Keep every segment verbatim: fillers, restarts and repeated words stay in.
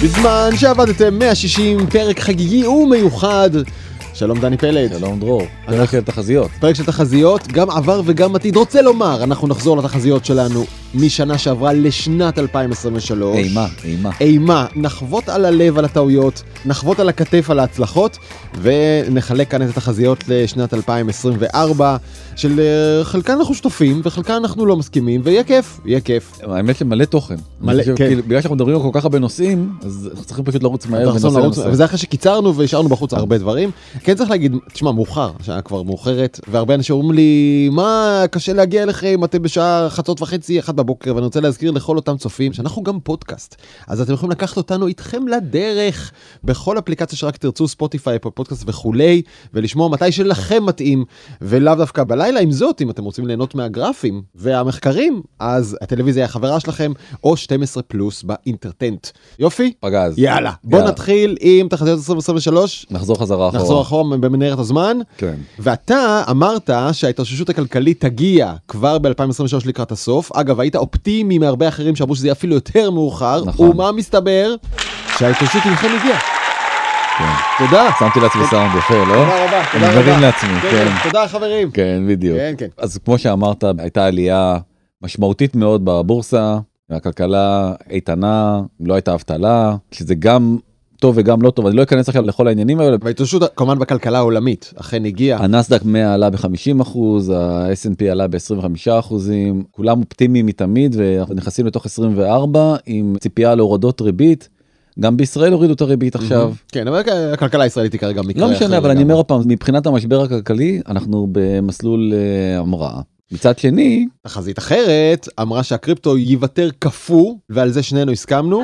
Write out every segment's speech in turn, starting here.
בזמן שעבדתם מאה ושישים פרק חגיגי ומיוחד. שלום דני פלד. שלום דרור. פרק של תחזיות. פרק של תחזיות, גם עבר וגם עתיד. רוצה לומר, אנחנו נחזור לתחזיות שלנו משנה שעברה לשנת אלפיים עשרים ושלוש. אימה, אימה. אימה. נחוות על הלב על הטעויות, נחוות על הכתף על ההצלחות, ונחלק כאן את התחזיות לשנת אלפיים עשרים וארבע, של חלקן אנחנו שותפים וחלקן אנחנו לא מסכימים, ויהיה כיף, יהיה כיף. האמת שמלא תוכן. מלא, כן. בגלל שאנחנו מדברים על כל כך הרבה נושאים, אז אנחנו צריכים פשוט לרוץ מהר ונושא לנושא. וזה אחרי שקיצרנו והשארנו בחוץ הרבה דברים. כן צריך להגיד, תשמע, מאוחר, שעה כבר מאוחרת, והרבה אנשים אומרים לי, מה, קשה להגיע אליכם, אתם בשעה חצות וחצי, אחת בבוקר, ואני רוצה להזכיר לכל אותם צופים, שאנחנו גם פודקאסט, אז אתם יכולים לקחת אותנו איתכם לדרך, בכל אפליקציה שרק תרצו, ספוטיפיי, פודקאסט וכולי, ולשמוע מתי שלכם מתאים, ולאו דווקא בלילה. עם זאת, אם אתם רוצים ליהנות מהגרפים והמחקרים, אז הטלוויזיה היא החברה שלכם, או שתים עשרה פלוס באינטרטנט. יופי? פגז. יאללה. בוא נתחיל עם תחזיות עשרים עשרים ושלוש. נחזור חזרה אחורה. נחזור אחורה במנהרת הזמן. כן. ואתה אמרת שההתאוששות הכלכלית תגיע כבר ב-אלפיים עשרים ושלוש לקראת הסוף. אגב, היית אופטימי מהרבה אחרים שאמרו שזה יהיה אפילו יותר מאוחר. נכון. ומה מסתבר? שההתאוששות מכם הגיעה. כן. תודה. שמתי לעצמי סאונד יפה, לא? תודה רבה. תודה אני מרים רבה. לעצמי, כן. תודה חברים. כן, בדיוק. כן, כן. אז כמו שאמרת, הייתה עלייה משמעותית מאוד בבורסה, הכלכלה איתנה, לא הייתה אבטלה, שזה גם טוב וגם לא טוב, אני לא אכנס עכשיו לכל העניינים האלה. וההתאוששות כמובן בכלכלה העולמית, אכן הגיעה. הנסדק מאה עלה ב-חמישים אחוז, ה-אס אנד פי עלה ב-עשרים וחמישה אחוזים, כולם אופטימיים מתמיד, ואנחנו נכנסים לתוך עשרים וארבע עם ציפייה להורדות ריבית. גם בישראל הורידו את הריבית עכשיו. כן, אבל הכלכלה הישראלית היא כרגע מקרה אחר. לא משנה, אבל אני אומר פעם, מבחינת המשבר הכלכלי, אנחנו במסלול המראה. מצד שני, תחזית אחרת אמרה שהקריפטו ייוותר קפוא, ועל זה שנינו הסכמנו.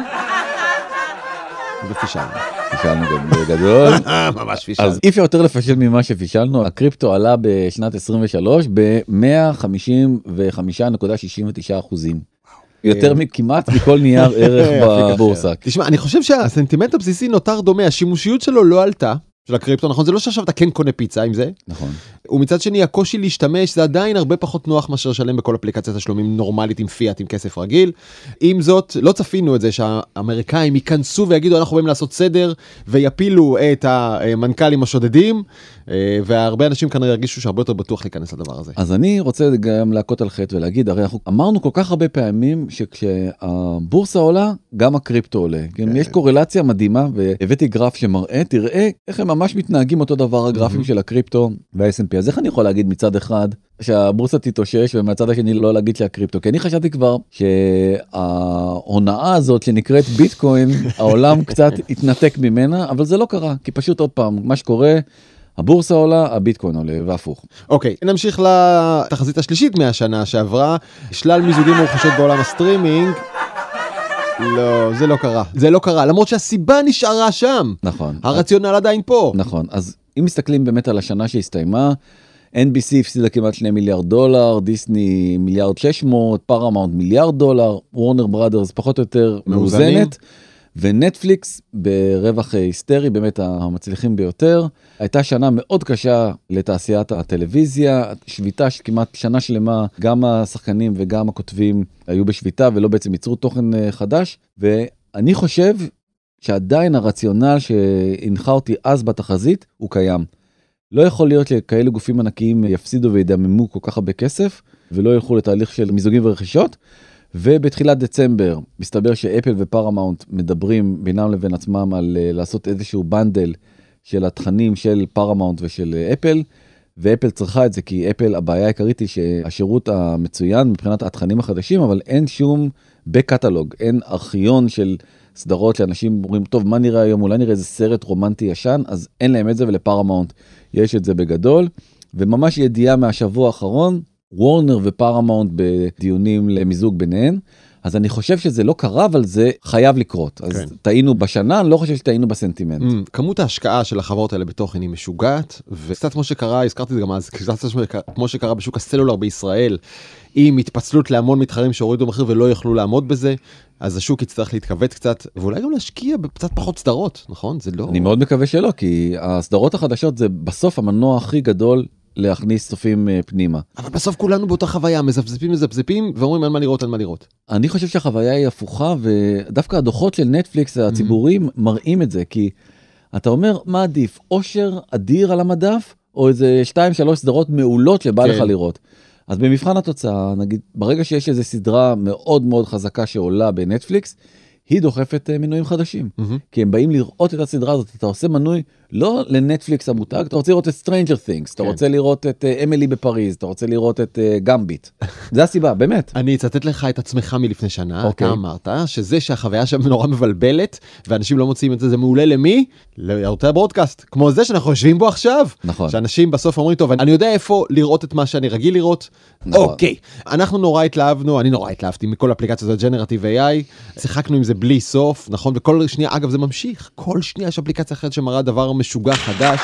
ופישלנו. פישלנו גם בגדול. ממש פישלנו. אז אי אפשר יותר לפשל ממה שפישלנו. הקריפטו עלה בשנת עשרים ושלוש ב-מאה חמישים וחמש נקודה שישים ותשע אחוזים. יותר מכמעט מכל נייר ערך בבורסה. תשמע, אני חושב שהסנטימנט הבסיסי נותר דומה, השימושיות שלו לא עלתה, של הקריפטו, נכון? זה לא שעכשיו אתה כן קונה פיצה עם זה. נכון. ומצד שני, הקושי להשתמש, זה עדיין הרבה פחות נוח מאשר שלם בכל אפליקציית תשלומים נורמלית עם פיאט, עם כסף רגיל. עם זאת, לא צפינו את זה שהאמריקאים ייכנסו ויגידו, אנחנו באים לעשות סדר, ויפילו את המנכ"לים השודדים, והרבה אנשים כנראה ירגישו שהרבה יותר בטוח להיכנס לדבר הזה. אז אני רוצה גם להכות על חטא ולהגיד, הרי אנחנו אמרנו כל כך הרבה פעמים שכשהבורסה עולה, גם הקריפטו עולה. יש קורלציה מדהימה, והבאתי גרף שמראה, תראה איך הם ממש מתנהגים אותו דבר, הגרפים של הקריפטו וה-אס אנד פי. אז איך אני יכול להגיד מצד אחד שהבורסה תתאושש, ומצד השני לא להגיד שהקריפטו? כי אני חשבתי כבר שההונאה הזאת שנקראת ביטקוין, העולם קצת התנתק ממנה, אבל זה לא קרה, כי פשוט עוד פעם, מה שקורה, הבורסה עולה, הביטקוין עולה, והפוך. אוקיי, נמשיך לתחזית השלישית מהשנה שעברה, שלל מיזוגים ורכישות בעולם הסטרימינג. לא, זה לא קרה. זה לא קרה, למרות שהסיבה נשארה שם. נכון. הרציונל עדיין פה. נכון, אז אם מסתכלים באמת על השנה שהסתיימה, אן בי סי הפסידה כמעט שני מיליארד דולר, דיסני מיליארד שש מאות, פארמאונט מיליארד דולר, וורנר בראדרס פחות או יותר מאוזנת, ונטפליקס ברווח היסטרי, באמת המצליחים ביותר. הייתה שנה מאוד קשה לתעשיית הטלוויזיה, שביתה שכמעט שנה שלמה, גם השחקנים וגם הכותבים היו בשביתה ולא בעצם ייצרו תוכן חדש, ואני חושב שעדיין הרציונל שהנחה אותי אז בתחזית הוא קיים. לא יכול להיות שכאלה גופים ענקיים יפסידו וידממו כל כך הרבה כסף, ולא ילכו לתהליך של מיזוגים ורכישות, ובתחילת דצמבר מסתבר שאפל ופארמאונט מדברים בינם לבין עצמם על לעשות איזשהו בנדל של התכנים של פארמאונט ושל אפל, ואפל צריכה את זה כי אפל, הבעיה העיקרית היא שהשירות המצוין מבחינת התכנים החדשים, אבל אין שום בקטלוג, אין ארכיון של סדרות שאנשים אומרים, טוב, מה נראה היום? אולי נראה איזה סרט רומנטי ישן, אז אין להם את זה, ולפארמאונט יש את זה בגדול, וממש ידיעה מהשבוע האחרון, וורנר ופארמאונט בדיונים למיזוג ביניהן, אז אני חושב שזה לא קרה, אבל זה חייב לקרות. אז כן. טעינו בשנה, אני לא חושב שטעינו בסנטימנט. Mm, כמות ההשקעה של החברות האלה בתוכן היא משוגעת, וקצת כמו שקרה, הזכרתי את זה גם אז, קצת כמו שקרה בשוק הסלולר בישראל, עם התפצלות להמון מתחרים שהורידו מחיר ולא יכלו לעמוד בזה, אז השוק יצטרך להתכווץ קצת, ואולי גם להשקיע בקצת פחות סדרות, נכון? זה לא... אני מאוד מקווה שלא, כי הסדרות החדשות זה בסוף המנוע הכי גדול להכניס צופים פנימה. אבל בסוף כולנו באותה חוויה, מזפזפים מזפזפים ואומרים אין מה לראות, אין מה לראות. אני חושב שהחוויה היא הפוכה, ודווקא הדוחות של נטפליקס הציבוריים מראים את זה, כי אתה אומר, מה עדיף? עושר אדיר על המדף, או איזה שתיים, שלוש סדרות מעולות שבא לך לראות. אז במבחן התוצאה, נגיד, ברגע שיש איזו סדרה מאוד מאוד חזקה שעולה בנטפליקס, היא דוחפת מנויים חדשים. כי הם באים לראות את הסדרה הזאת, אתה עושה מנוי לא לנטפליקס המותג, אתה רוצה לראות את Stranger Things, אתה רוצה לראות את אמילי בפריז, אתה רוצה לראות את גמביט. זה הסיבה, באמת. אני אצטט לך את עצמך מלפני שנה, אתה אמרת שזה שהחוויה שם נורא מבלבלת, ואנשים לא מוצאים את זה, זה מעולה למי? לערוצי הברודקאסט, כמו זה שאנחנו יושבים בו עכשיו. נכון. שאנשים בסוף אומרים, טוב, אני יודע איפה לראות את מה שאני רגיל לראות. אוקיי. אנחנו נורא התלהבנו, אני נורא התלהבתי מכל אפליקציות הג'נרטיב איי איי, שיחקנו עם זה בלי סוף, נכון? וכל שנייה, אגב, זה ממשיך. כל שנייה יש אפליקציה אחרת שמראה דבר משוגע חדש.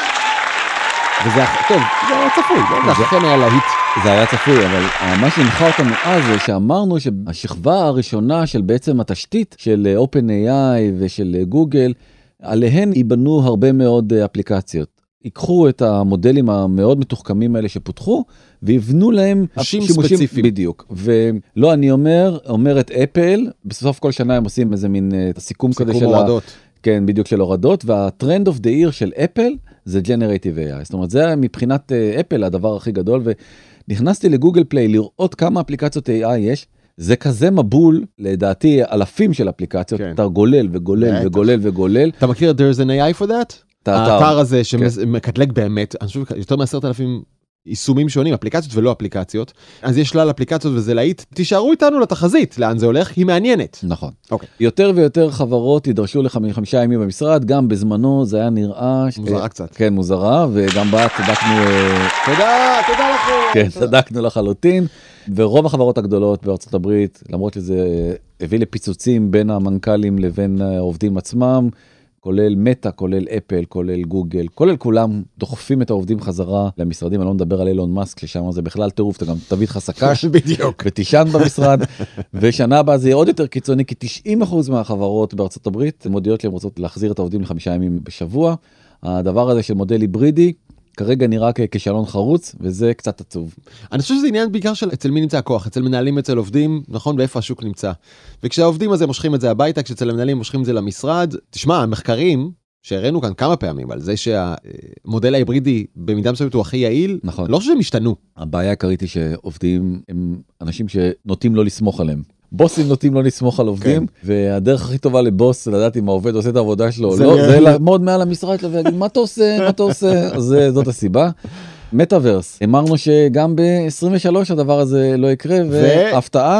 וזה, טוב, זה היה צפוי, זה אכן היה להיט. זה היה צפוי, אבל מה שהנחה אותנו אז זה שאמרנו שהשכבה הראשונה של בעצם התשתית של OpenAI ושל גוגל, עליהן ייבנו הרבה מאוד אפליקציות. ייקחו את המודלים המאוד מתוחכמים האלה שפותחו, ויבנו להם שימושים ספציפיים. בדיוק. ולא, אני אומר, אומרת אפל, בסוף כל שנה הם עושים איזה מין סיכום כזה של... סיכום הורדות. כן, בדיוק של הורדות, והטרנד אוף דה עיר של אפל, זה ג'נרטיב איי איי. זאת אומרת, זה מבחינת אפל הדבר הכי גדול, ונכנסתי לגוגל פליי לראות כמה אפליקציות איי איי יש, זה כזה מבול, לדעתי, אלפים של אפליקציות, כן. אתה גולל וגולל וגולל וגולל. אתה מכיר There's an איי איי for that? האתר הזה שמקטלג באמת, אני חושב, יותר מעשרת אלפים יישומים שונים, אפליקציות ולא אפליקציות, אז יש שלל אפליקציות וזה להיט, תישארו איתנו לתחזית, לאן זה הולך, היא מעניינת. נכון. אוקיי. יותר ויותר חברות ידרשו לך חמישה ימים במשרד, גם בזמנו זה היה נראה... מוזרה קצת. כן, מוזרה, וגם בה צדקנו... תודה, תודה לכם. כן, צדקנו לחלוטין, ורוב החברות הגדולות בארצות הברית, למרות שזה הביא לפיצוצים בין המנכ"לים לבין העובדים עצמם, כולל מטה, כולל אפל, כולל גוגל, כולל כולם דוחפים את העובדים חזרה למשרדים. אני לא מדבר על אילון מאסק, ששם זה בכלל טירוף, אתה גם תביא לך סקש ותישן במשרד, ושנה הבאה זה יהיה עוד יותר קיצוני, כי תשעים אחוז מהחברות בארצות הברית מודיעות שהן רוצות להחזיר את העובדים לחמישה ימים בשבוע. הדבר הזה של מודל היברידי, כרגע נראה ככישלון חרוץ, וזה קצת עצוב. אני חושב שזה עניין בעיקר של אצל מי נמצא הכוח, אצל מנהלים, אצל עובדים, נכון, ואיפה השוק נמצא. וכשהעובדים הזה מושכים את זה הביתה, כשאצל המנהלים מושכים את זה למשרד, תשמע, המחקרים שהראינו כאן כמה פעמים על זה שהמודל ההיברידי במידה מסוימת הוא הכי יעיל, נכון. לא שהם השתנו. הבעיה העיקרית היא שעובדים הם אנשים שנוטים לא לסמוך עליהם. בוסים נוטים לא לסמוך על עובדים, והדרך הכי טובה לבוס לדעת אם העובד עושה את העבודה שלו, זה לעמוד מעל המשרד שלו ולהגיד מה אתה עושה, מה אתה עושה, זאת הסיבה. מטאברס, אמרנו שגם ב-עשרים ושלוש הדבר הזה לא יקרה, והפתעה,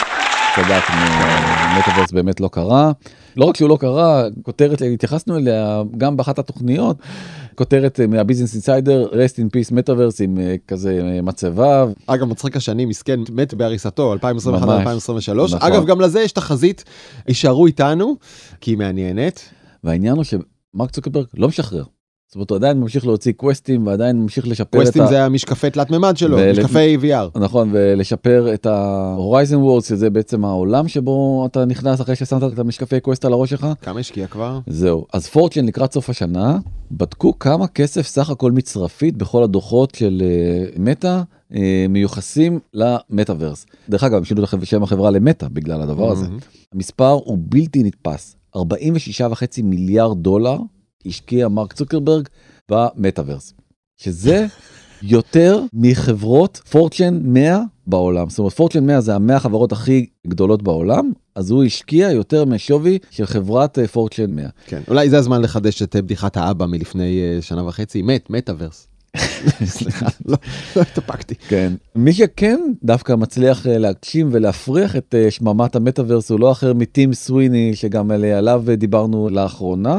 צדקנו, מטאברס באמת לא קרה. לא רק שהוא לא קרה, כותרת, התייחסנו אליה גם באחת התוכניות, כותרת מהביזנס אינסיידר, rest in peace metaverse עם כזה מצבה. אגב, מצחיק השני, מסכן, מת בהריסתו, אלפיים עשרים ואחת אלפיים עשרים ושלוש. אגב, גם לזה יש תחזית, יישארו איתנו, כי היא מעניינת. והעניין הוא שמרק צוקרברג לא משחרר. זאת אומרת, הוא עדיין ממשיך להוציא קווסטים, ועדיין ממשיך לשפר את ה... קווסטים זה המשקפי תלת ממד שלו, משקפי וי אר. נכון, ולשפר את ה-Horizon Worlds, שזה בעצם העולם שבו אתה נכנס אחרי ששמת את המשקפי קווסט על הראש שלך. כמה השקיע כבר? זהו. אז פורצ'ן לקראת סוף השנה, בדקו כמה כסף סך הכל מצרפית בכל הדוחות של מטה, מיוחסים למטאברס. דרך אגב, הם שינו את שם החברה למטה בגלל הדבר הזה. המספר הוא בלתי נתפס. ארבעים ושישה וחצי מיליארד דולר השקיע מרק צוקרברג במטאברס, שזה יותר מחברות פורצ'ן מאה בעולם. זאת אומרת, פורצ'ן מאה זה המאה החברות הכי גדולות בעולם, אז הוא השקיע יותר משווי של חברת פורצ'ן מאה. כן, אולי זה הזמן לחדש את בדיחת האבא מלפני שנה וחצי, מת, מטאברס. סליחה, לא התאפקתי. כן. מי שכן דווקא מצליח להגשים ולהפריח את שממת המטאברס, הוא לא אחר מטים סוויני, שגם עליו דיברנו לאחרונה,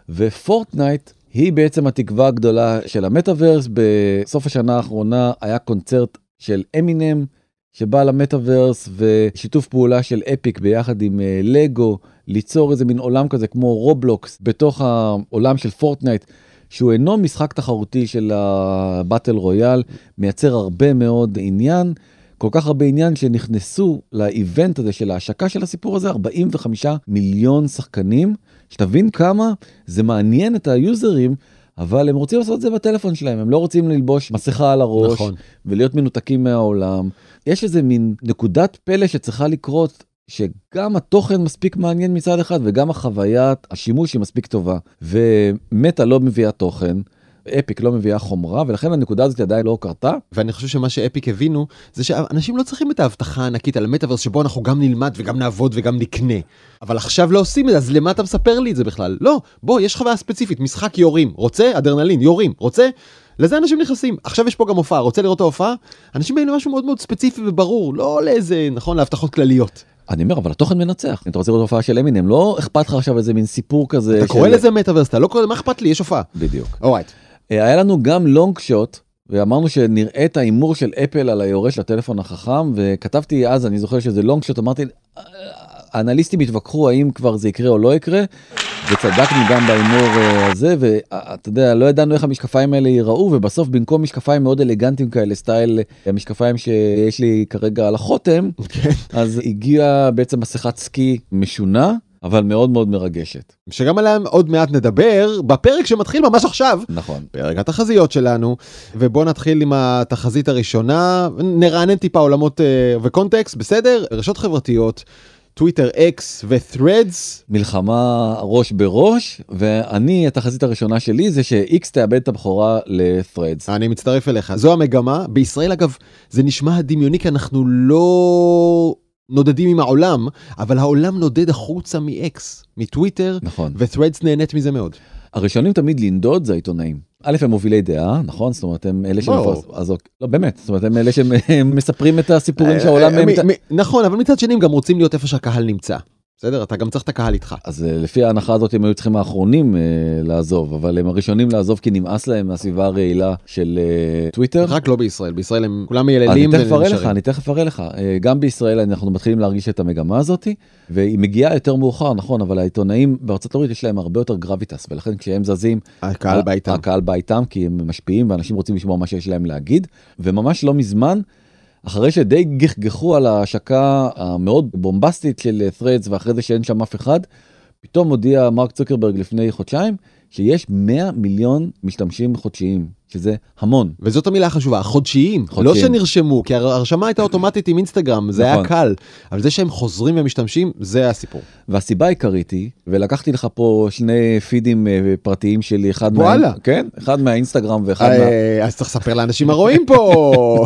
ופורטנייט היא בעצם התקווה הגדולה של המטאברס. בסוף השנה האחרונה היה קונצרט של אמינם שבא למטאברס, ושיתוף פעולה של אפיק ביחד עם לגו, ליצור איזה מין עולם כזה כמו רובלוקס בתוך העולם של פורטנייט, שהוא אינו משחק תחרותי של הבטל רויאל, מייצר הרבה מאוד עניין, כל כך הרבה עניין שנכנסו לאיבנט הזה של ההשקה של הסיפור הזה, ארבעים וחמישה מיליון שחקנים, שתבין כמה זה מעניין את היוזרים, אבל הם רוצים לעשות את זה בטלפון שלהם, הם לא רוצים ללבוש מסכה על הראש, נכון. ולהיות מנותקים מהעולם. יש איזה מין נקודת פלא שצריכה לקרות, שגם התוכן מספיק מעניין מצד אחד, וגם החוויית השימוש היא מספיק טובה. ומטה לא מביאה תוכן, אפיק לא מביאה חומרה, ולכן הנקודה הזאת עדיין לא קרתה. ואני חושב שמה שאפיק הבינו, זה שאנשים לא צריכים את ההבטחה הענקית על המטאברס, שבו אנחנו גם נלמד וגם נעבוד וגם נקנה. אבל עכשיו לא עושים את זה, אז למה אתה מספר לי את זה בכלל? לא, בוא, יש חוויה ספציפית, משחק יורים, רוצה? אדרנלין, יורים, רוצה? לזה אנשים נכנסים. עכשיו יש פה גם הופעה, רוצה לראות ההופעה? אנשים באים למשהו מאוד מאוד ספציפי וברור, לא לאיזה, נכון, להבטחות כלליות. אני אומר, אבל התוכן מנצח. אם אתה רוצה לראות הופעה של אמינם, לא אכפת לך עכשיו איזה מין סיפור כזה. אתה קורא לזה מטאברס, אתה לא קורא, מה אכפת לי? יש הופעה. בדיוק. אורייט. היה לנו גם לונג שוט, ואמרנו שנראה את האימור של אפל על היורש לטלפון החכם, וכתבתי אז, אני זוכר שזה לונג שוט, אמרתי, האנליסטים התווכחו האם כבר זה יקרה או לא יקרה, וצדקנו גם באימור הזה, ואתה יודע, לא ידענו איך המשקפיים האלה ייראו, ובסוף במקום משקפיים מאוד אלגנטיים כאלה, סטייל המשקפיים שיש לי כרגע על החותם, אז הגיעה בעצם מסכת סקי משונה, אבל מאוד מאוד מרגשת. שגם עליהם עוד מעט נדבר, בפרק שמתחיל ממש עכשיו. נכון. פרק התחזיות שלנו, ובואו נתחיל עם התחזית הראשונה, נרענן טיפה עולמות וקונטקסט, בסדר? רשתות חברתיות, טוויטר, אקס ו-Threads. מלחמה ראש בראש, ואני, התחזית הראשונה שלי זה ש-X תאבד את הבכורה ל-Threads. אני מצטרף אליך. זו המגמה. בישראל, אגב, זה נשמע הדמיוני, כי אנחנו לא נודדים עם העולם, אבל העולם נודד החוצה מ-X, מטוויטר, נכון. ו-Threads נהנית מזה מאוד. הראשונים תמיד לנדוד זה העיתונאים. א' הם מובילי דעה, נכון? זאת אומרת, הם אלה שמפרס... אז לא, באמת. זאת אומרת, הם אלה שמספרים את הסיפורים שהעולם... נכון, אבל מצד שני הם גם רוצים להיות איפה שהקהל נמצא. בסדר? אתה גם צריך את הקהל איתך. אז לפי ההנחה הזאת הם היו צריכים האחרונים לעזוב, אבל הם הראשונים לעזוב כי נמאס להם מהסביבה הרעילה של טוויטר. רק לא בישראל, בישראל הם כולם מייללים ונשארים. אני תכף אראה לך, אני תכף אראה לך. גם בישראל אנחנו מתחילים להרגיש את המגמה הזאת, והיא מגיעה יותר מאוחר, נכון, אבל העיתונאים בארצות הברית יש להם הרבה יותר גרביטס, ולכן כשהם זזים, הקהל בא איתם. הקהל בא איתם, כי הם משפיעים ואנשים רוצים לשמוע מה שיש להם להגיד, וממש לא מזמן, אחרי שדי גחגחו על ההשקה המאוד בומבסטית של Threads, ואחרי זה שאין שם אף אחד, פתאום הודיע מרק צוקרברג לפני חודשיים, שיש מאה מיליון משתמשים חודשיים, שזה המון. וזאת המילה החשובה, החודשיים, חודשיים. לא שנרשמו, כי הרשמה הייתה אוטומטית עם אינסטגרם, זה נכון. היה קל, אבל זה שהם חוזרים ומשתמשים, זה הסיפור. והסיבה העיקרית היא, ולקחתי לך פה שני פידים פרטיים שלי, אחד, מה... כן? אחד מהאינסטגרם ואחד מה... אז צריך לספר לאנשים הרואים פה.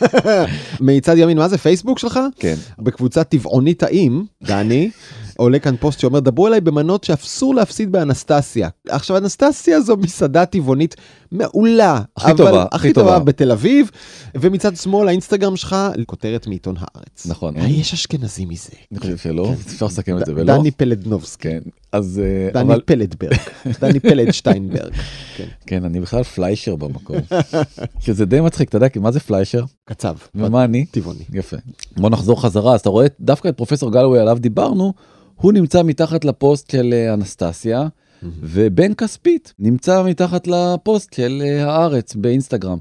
מצד ימין, מה זה, פייסבוק שלך? כן. בקבוצת טבעוני טעים, דני, עולה כאן פוסט שאומר, דברו אליי במנות שאפסור להפסיד באנסטסיה. עכשיו, אנסטסיה זו מסעדה טבעונית מעולה. הכי טובה. הכי טובה בתל אביב, ומצד שמאל, האינסטגרם שלך, כותרת מעיתון הארץ. נכון. יש אשכנזי מזה. אני חושב שלא, אפשר לסכם את זה, ולא? דני פלדנובסקי. כן. אז... דני פלדברג. דני פלדשטיינברג. כן, אני בכלל פליישר במקום. שזה די מצחיק, אתה יודע, מה זה פליישר? קצב. ומה אני? טבעוני. יפה. בוא נחזור חזרה, אז אתה רואה דווקא את פרופסור גלווי עליו דיברנו, הוא נמצא מתחת לפוסט של אנסטסיה, ובן כספית נמצא מתחת לפוסט של הארץ באינסטגרם.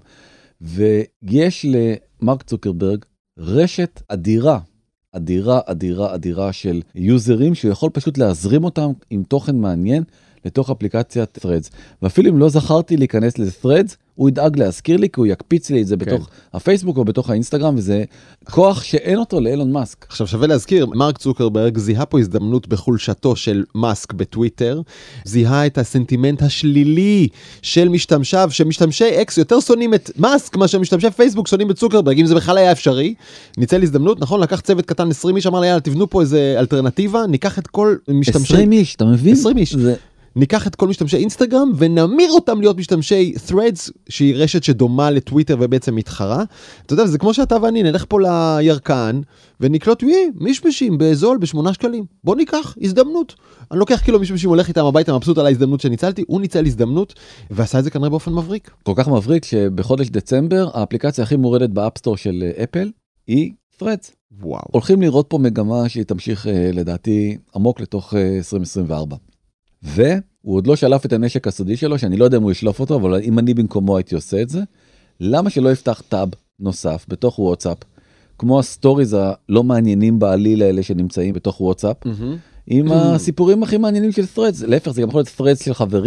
ויש למרק צוקרברג רשת אדירה, אדירה, אדירה, אדירה של יוזרים, שהוא יכול פשוט להזרים אותם עם תוכן מעניין לתוך אפליקציית Threads. ואפילו אם לא זכרתי להיכנס ל-Threads, הוא ידאג להזכיר לי, כי הוא יקפיץ לי את זה בתוך הפייסבוק או בתוך האינסטגרם, וזה כוח שאין אותו לאילון מאסק. עכשיו שווה להזכיר, מרק צוקרברג זיהה פה הזדמנות בחולשתו של מאסק בטוויטר, זיהה את הסנטימנט השלילי של משתמשיו, שמשתמשי אקס יותר שונאים את מאסק, מה שמשתמשי פייסבוק שונאים את צוקרברג, אם זה בכלל היה אפשרי. ניצל הזדמנות, נכון? לקח צוות קטן עשרים איש, אמר לי, יאללה, תבנו פה איזה אלטרנטיבה, ניקח את כל משתמשי... עשרים איש, אתה מבין? עשרים איש. זה... ניקח את כל משתמשי אינסטגרם ונמיר אותם להיות משתמשי Threads, שהיא רשת שדומה לטוויטר ובעצם מתחרה. אתה יודע, זה כמו שאתה ואני נלך פה לירקן ונקלוט מישמשים בזול בשמונה שקלים. בוא ניקח הזדמנות. אני לוקח כאילו מישמשים הולך איתם הביתה מבסוט על ההזדמנות שניצלתי, הוא ניצל הזדמנות ועשה את זה כנראה באופן מבריק. כל כך מבריק שבחודש דצמבר האפליקציה הכי מורדת באפסטור של אפל היא Threads. וואו. הולכים לראות פה מגמה שהיא תמשיך לדעתי עמוק לתוך עשרים עשרים וארבע. והוא עוד לא שלף את הנשק הסודי שלו, שאני לא יודע אם הוא ישלוף אותו, אבל אם אני במקומו הייתי עושה את זה, למה שלא יפתח טאב נוסף בתוך וואטסאפ, כמו הסטוריז הלא מעניינים בעליל האלה שנמצאים בתוך וואטסאפ, עם הסיפורים הכי מעניינים של Threads, להפך זה גם יכול להיות Threads של חברים,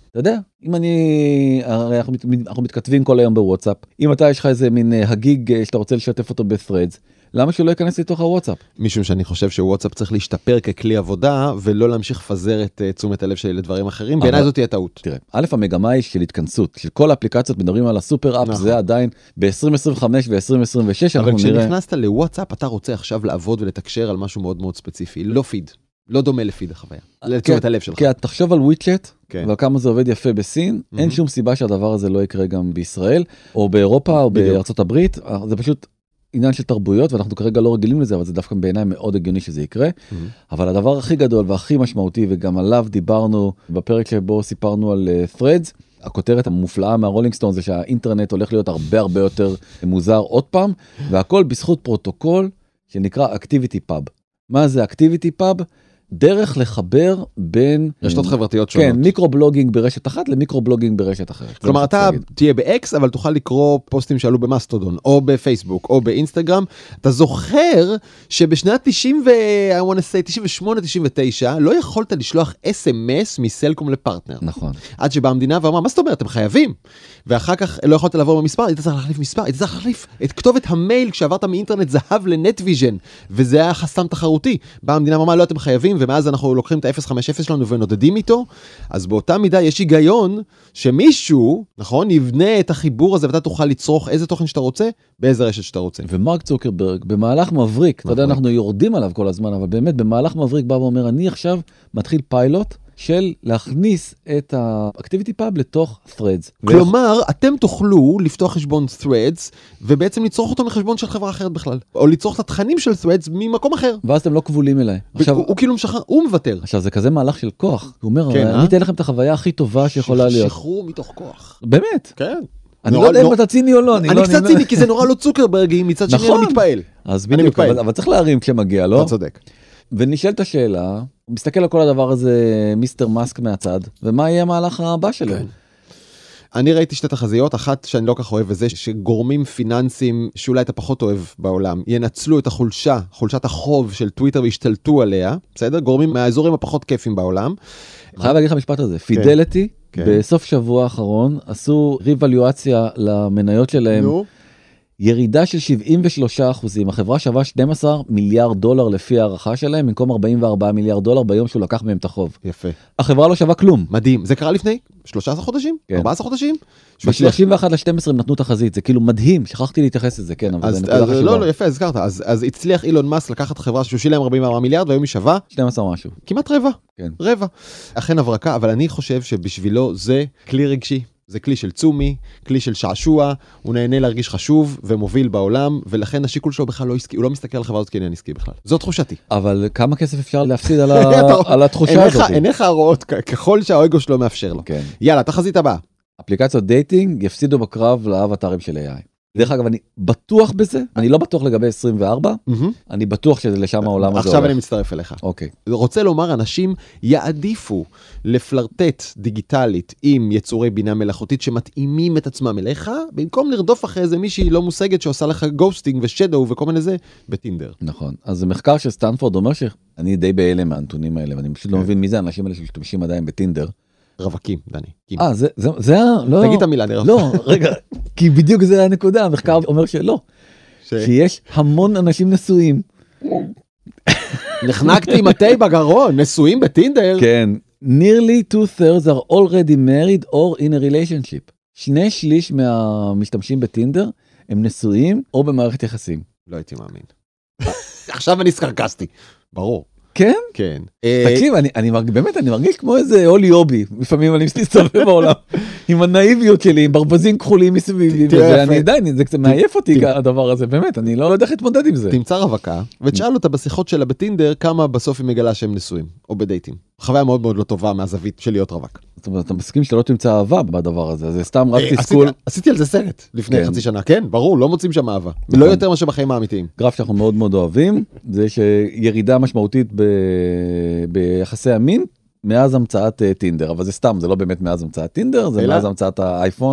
אתה יודע, אם אני, הרי אנחנו, אנחנו מתכתבים כל היום בוואטסאפ, אם אתה יש לך איזה מין הגיג שאתה רוצה לשתף אותו ב-threads, למה שלא ייכנס לתוך הוואטסאפ? משום שאני חושב שוואטסאפ צריך להשתפר ככלי עבודה, ולא להמשיך לפזר את uh, תשומת הלב שלי לדברים אחרים, בעיניי זאת תהיה טעות. תראה, א', המגמה היא של התכנסות, של כל האפליקציות מדברים על הסופר אפ, זה עדיין ב-עשרים עשרים וחמש ו-עשרים עשרים ושש, אבל כשנכנסת לוואטסאפ, אתה רוצה עכשיו לעבוד ולתקשר על משהו מאוד מאוד ספציפי, לא פיד, לא דומה לפיד החוויה, לתשומת הלב שלך. כי תחשוב על וויצ'ט, ועל כמה זה עובד יפה בסין, אין שום סיבה שהדבר הזה לא יקרה גם בישראל, או באירופה, או בארצות הברית, זה פשוט עניין של תרבויות, ואנחנו כרגע לא רגילים לזה, אבל זה דווקא בעיניי מאוד הגיוני שזה יקרה. Mm-hmm. אבל הדבר הכי גדול והכי משמעותי, וגם עליו דיברנו בפרק שבו סיפרנו על uh, threads, הכותרת המופלאה מהרולינג סטון זה שהאינטרנט הולך להיות הרבה הרבה יותר מוזר עוד פעם, והכל בזכות פרוטוקול שנקרא Activity Pub. מה זה Activity Pub? דרך לחבר בין רשתות חברתיות שונות. כן, מיקרו-בלוגינג ברשת אחת למיקרו-בלוגינג ברשת אחרת. כלומר, אתה תהיה ב-X, אבל תוכל לקרוא פוסטים שעלו במאסטודון, או בפייסבוק, או באינסטגרם. אתה זוכר שבשנת תשעים ושמונה תשעים ותשע לא יכולת לשלוח אס אם אס מסלקום לפרטנר. נכון. עד שבאה המדינה ואמרה, מה זאת אומרת? אתם חייבים. ואחר כך לא יכולת לעבור במספר, היית צריך להחליף מספר, היית צריך להחליף את כתובת המייל כשעברת מאינטרנט זהב לנטוויז'ן, וזה היה חסם תחרותי. באה המדינה ואמרה, לא, אתם חייבים, ומאז אנחנו לוקחים את ה-אפס חמש אפס שלנו ונודדים איתו, אז באותה מידה יש היגיון שמישהו, נכון, יבנה את החיבור הזה, ואתה תוכל לצרוך איזה תוכן שאתה רוצה, באיזה רשת שאתה רוצה. ומרק צוקרברג, במהלך מבריק, אתה יודע, אנחנו יורדים עליו כל הזמן, אבל באמת, במהלך מבריק בא ואומר, אני עכשיו מתחיל פיילוט, של להכניס את ה-Activity Pub לתוך Threads. כלומר, אתם תוכלו לפתוח חשבון Threads, ובעצם לצרוך אותו מחשבון של חברה אחרת בכלל. או לצרוך את התכנים של Threads ממקום אחר. ואז אתם לא כבולים אליי. הוא כאילו משחרר, הוא מוותר. עכשיו, זה כזה מהלך של כוח. הוא אומר, אני אתן לכם את החוויה הכי טובה שיכולה להיות. שחרור מתוך כוח. באמת? כן. אני לא יודע אם אתה ציני או לא. אני קצת ציני, כי זה נורא לא צוקרברגי, מצד שני אני מתפעל. אז בדיוק, אבל צריך להרים כשמגיע, לא? אתה צודק. ונשאלת השאלה, הוא מסתכל על כל הדבר הזה, מיסטר מאסק מהצד, ומה יהיה המהלך הבא שלו? כן. אני ראיתי שתי תחזיות, אחת שאני לא כך אוהב, וזה שגורמים פיננסיים שאולי אתה פחות אוהב בעולם, ינצלו את החולשה, חולשת החוב של טוויטר והשתלטו עליה, בסדר? גורמים מהאזורים הפחות כיפים בעולם. חייב להגיד לך משפט הזה, פידליטי, בסוף שבוע האחרון, עשו ריבליואציה למניות שלהם, ירידה של שבעים ושלושה אחוזים, החברה שווה שנים עשר מיליארד דולר לפי הערכה שלהם, במקום ארבעים וארבעה מיליארד דולר ביום שהוא לקח מהם את החוב. יפה. החברה לא שווה כלום. מדהים. זה קרה לפני שלושה עשר חודשים? כן. ארבעה עשר חודשים? ב-שלושים ואחד לשתים עשרה הם נתנו תחזית, זה כאילו מדהים, שכחתי להתייחס לזה, כן, אבל אז, זה נקודה אז, חשובה. לא, לא, יפה, הזכרת. אז, אז הצליח אילון מאסק לקחת חברה שהוא שילם ארבעים וארבעה מיליארד, והיום היא שווה? שנים עשר משהו. כמעט רבע. כן. רבע. אכן הברקה, אבל אני חושב שבשבילו זה כלי רגשי. זה כלי של צומי, כלי של שעשוע, הוא נהנה להרגיש חשוב ומוביל בעולם, ולכן השיקול שלו בכלל לא עסקי, הוא לא מסתכל על חברה הזאת כעניין עסקי בכלל. זו תחושתי. אבל כמה כסף אפשר להפסיד על, ה... על התחושה הזאת? עיניך הרואות ככל שהאגו שלו מאפשר לו. כן. יאללה, תחזית הבאה. אפליקציות דייטינג יפסידו בקרב לאבטרים של איי איי. דרך אגב, אני בטוח בזה, אני לא בטוח לגבי עשרים וארבע, אני בטוח שזה לשם העולם הזה. עכשיו אני מצטרף אליך. אוקיי. רוצה לומר, אנשים יעדיפו לפלרטט דיגיטלית עם יצורי בינה מלאכותית שמתאימים את עצמם אליך, במקום לרדוף אחרי איזה מישהי לא מושגת שעושה לך גוסטינג ושדו וכל מיני זה, בטינדר. נכון. אז זה מחקר של סטנפורד אומר שאני די בהלם מהנתונים האלה, ואני פשוט לא מבין מי זה האנשים האלה שמשתמשים עדיין בטינדר. רווקים, דני. אה, זה, זה, זה, לא. תגיד את המילה, אני רווק. לא, רגע, כי בדיוק זה הנקודה, המחקר אומר שלא. שיש המון אנשים נשואים. נחנקתי עם התה בגרון, נשואים בטינדר. כן. Nearly two thirds are already married or in a relationship. שני שליש מהמשתמשים בטינדר הם נשואים או במערכת יחסים. לא הייתי מאמין. עכשיו אני סקרקסטי. ברור. כן? כן. תקשיב, אני, אני מרגיש, באמת, אני מרגיש כמו איזה אולי אובי, לפעמים אני מסתובב בעולם, עם הנאיביות שלי, עם ברווזים כחולים מסביבי, ואני עדיין, זה קצת מעייף אותי הדבר הזה, באמת, אני לא יודע איך להתמודד עם זה. תמצא רווקה, ותשאל אותה בשיחות שלה בטינדר, כמה בסוף היא מגלה שהם נשואים, או בדייטים. חוויה מאוד מאוד לא טובה מהזווית של להיות רווק. זאת אומרת, אתה מסכים שאתה לא תמצא אהבה בדבר הזה, זה סתם רק תסכול. עשיתי על זה סרט לפני חצי שנה, כן, ברור, לא מוצאים שם אהבה. לא יותר מאשר בחיים האמיתיים. גרף שאנחנו מאוד מאוד אוהבים, זה שירידה משמעותית ביחסי המין, מאז המצאת טינדר, אבל זה סתם, זה לא באמת מאז המצאת טינדר, זה מאז המצאת האייפון,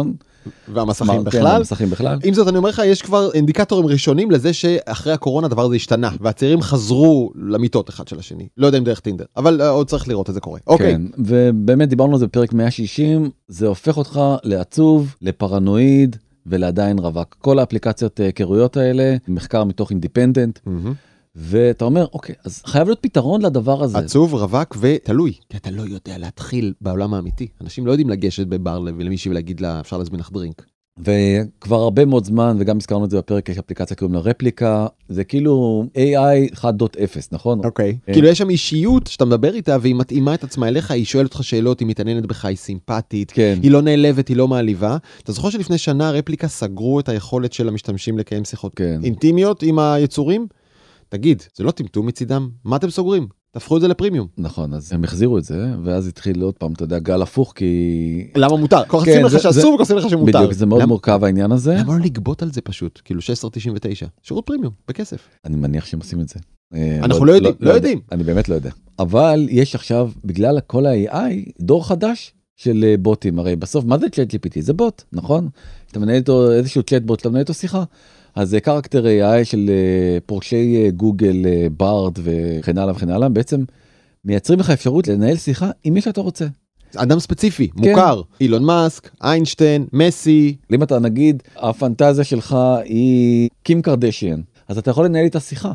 והמסכים כן, בכלל. המסכים בכלל. עם זאת אני אומר לך, יש כבר אינדיקטורים ראשונים לזה שאחרי הקורונה הדבר הזה השתנה, והצעירים חזרו למיטות אחד של השני. לא יודע אם דרך טינדר, אבל עוד צריך לראות את זה קורה. אוקיי. כן, ובאמת דיברנו על זה בפרק מאה שישים, זה הופך אותך לעצוב, לפרנואיד, ולעדיין רווק. כל האפליקציות היכרויות האלה, מחקר מתוך אינדיפנדנט, ואתה אומר, אוקיי, אז חייב להיות פתרון לדבר הזה. עצוב, רווק ותלוי. כי אתה לא יודע להתחיל בעולם האמיתי. אנשים לא יודעים לגשת בבר ולמישהי ולהגיד לה, אפשר להזמין לך דרינק. וכבר הרבה מאוד זמן, וגם הזכרנו את זה בפרק, יש אפליקציה קוראים לה רפליקה, זה כאילו איי איי אחת נקודה אפס, נכון? אוקיי. כאילו יש שם אישיות שאתה מדבר איתה, והיא מתאימה את עצמה אליך, היא שואלת אותך שאלות, היא מתעניינת בך, היא סימפטית, היא לא נעלבת, היא לא מעליבה. אתה זוכר שלפני שנה רפליקה סגרו את היכולת של המשתמשים לקיים שיחות אינטימיות עם היצורים? תגיד, זה לא טמטום מצידם? מה אתם סוגרים? תהפכו את זה לפרימיום. נכון, אז הם החזירו את זה, ואז התחיל עוד פעם, אתה יודע, גל הפוך, כי... למה מותר? כוחצים לך שאסור וכוחצים לך שמותר. בדיוק, זה מאוד מורכב העניין הזה. למה לא לגבות על זה פשוט? כאילו שש עשרה תשעים ותשע. שירות פרימיום, בכסף. אני מניח שהם עושים את זה. אנחנו לא יודעים, לא יודעים. אני באמת לא יודע. אבל יש עכשיו, בגלל כל ה-איי איי, דור חדש של בוטים. הרי בסוף, מה זה צ'אט ג'י פי טי? זה בוט, נכון? אתה מנהל איתו איזשהו צ'אט בוט, אתה מנהל איתו שיחה. אז זה קרקטר איי איי של פורשי גוגל, בארד וכן הלאה וכן הלאה, בעצם מייצרים לך אפשרות לנהל שיחה עם מי שאתה רוצה. אדם ספציפי, מוכר, אילון מאסק, איינשטיין, מסי. אם אתה נגיד, הפנטזיה שלך היא קים קרדשיאן, אז אתה יכול לנהל איתה שיחה.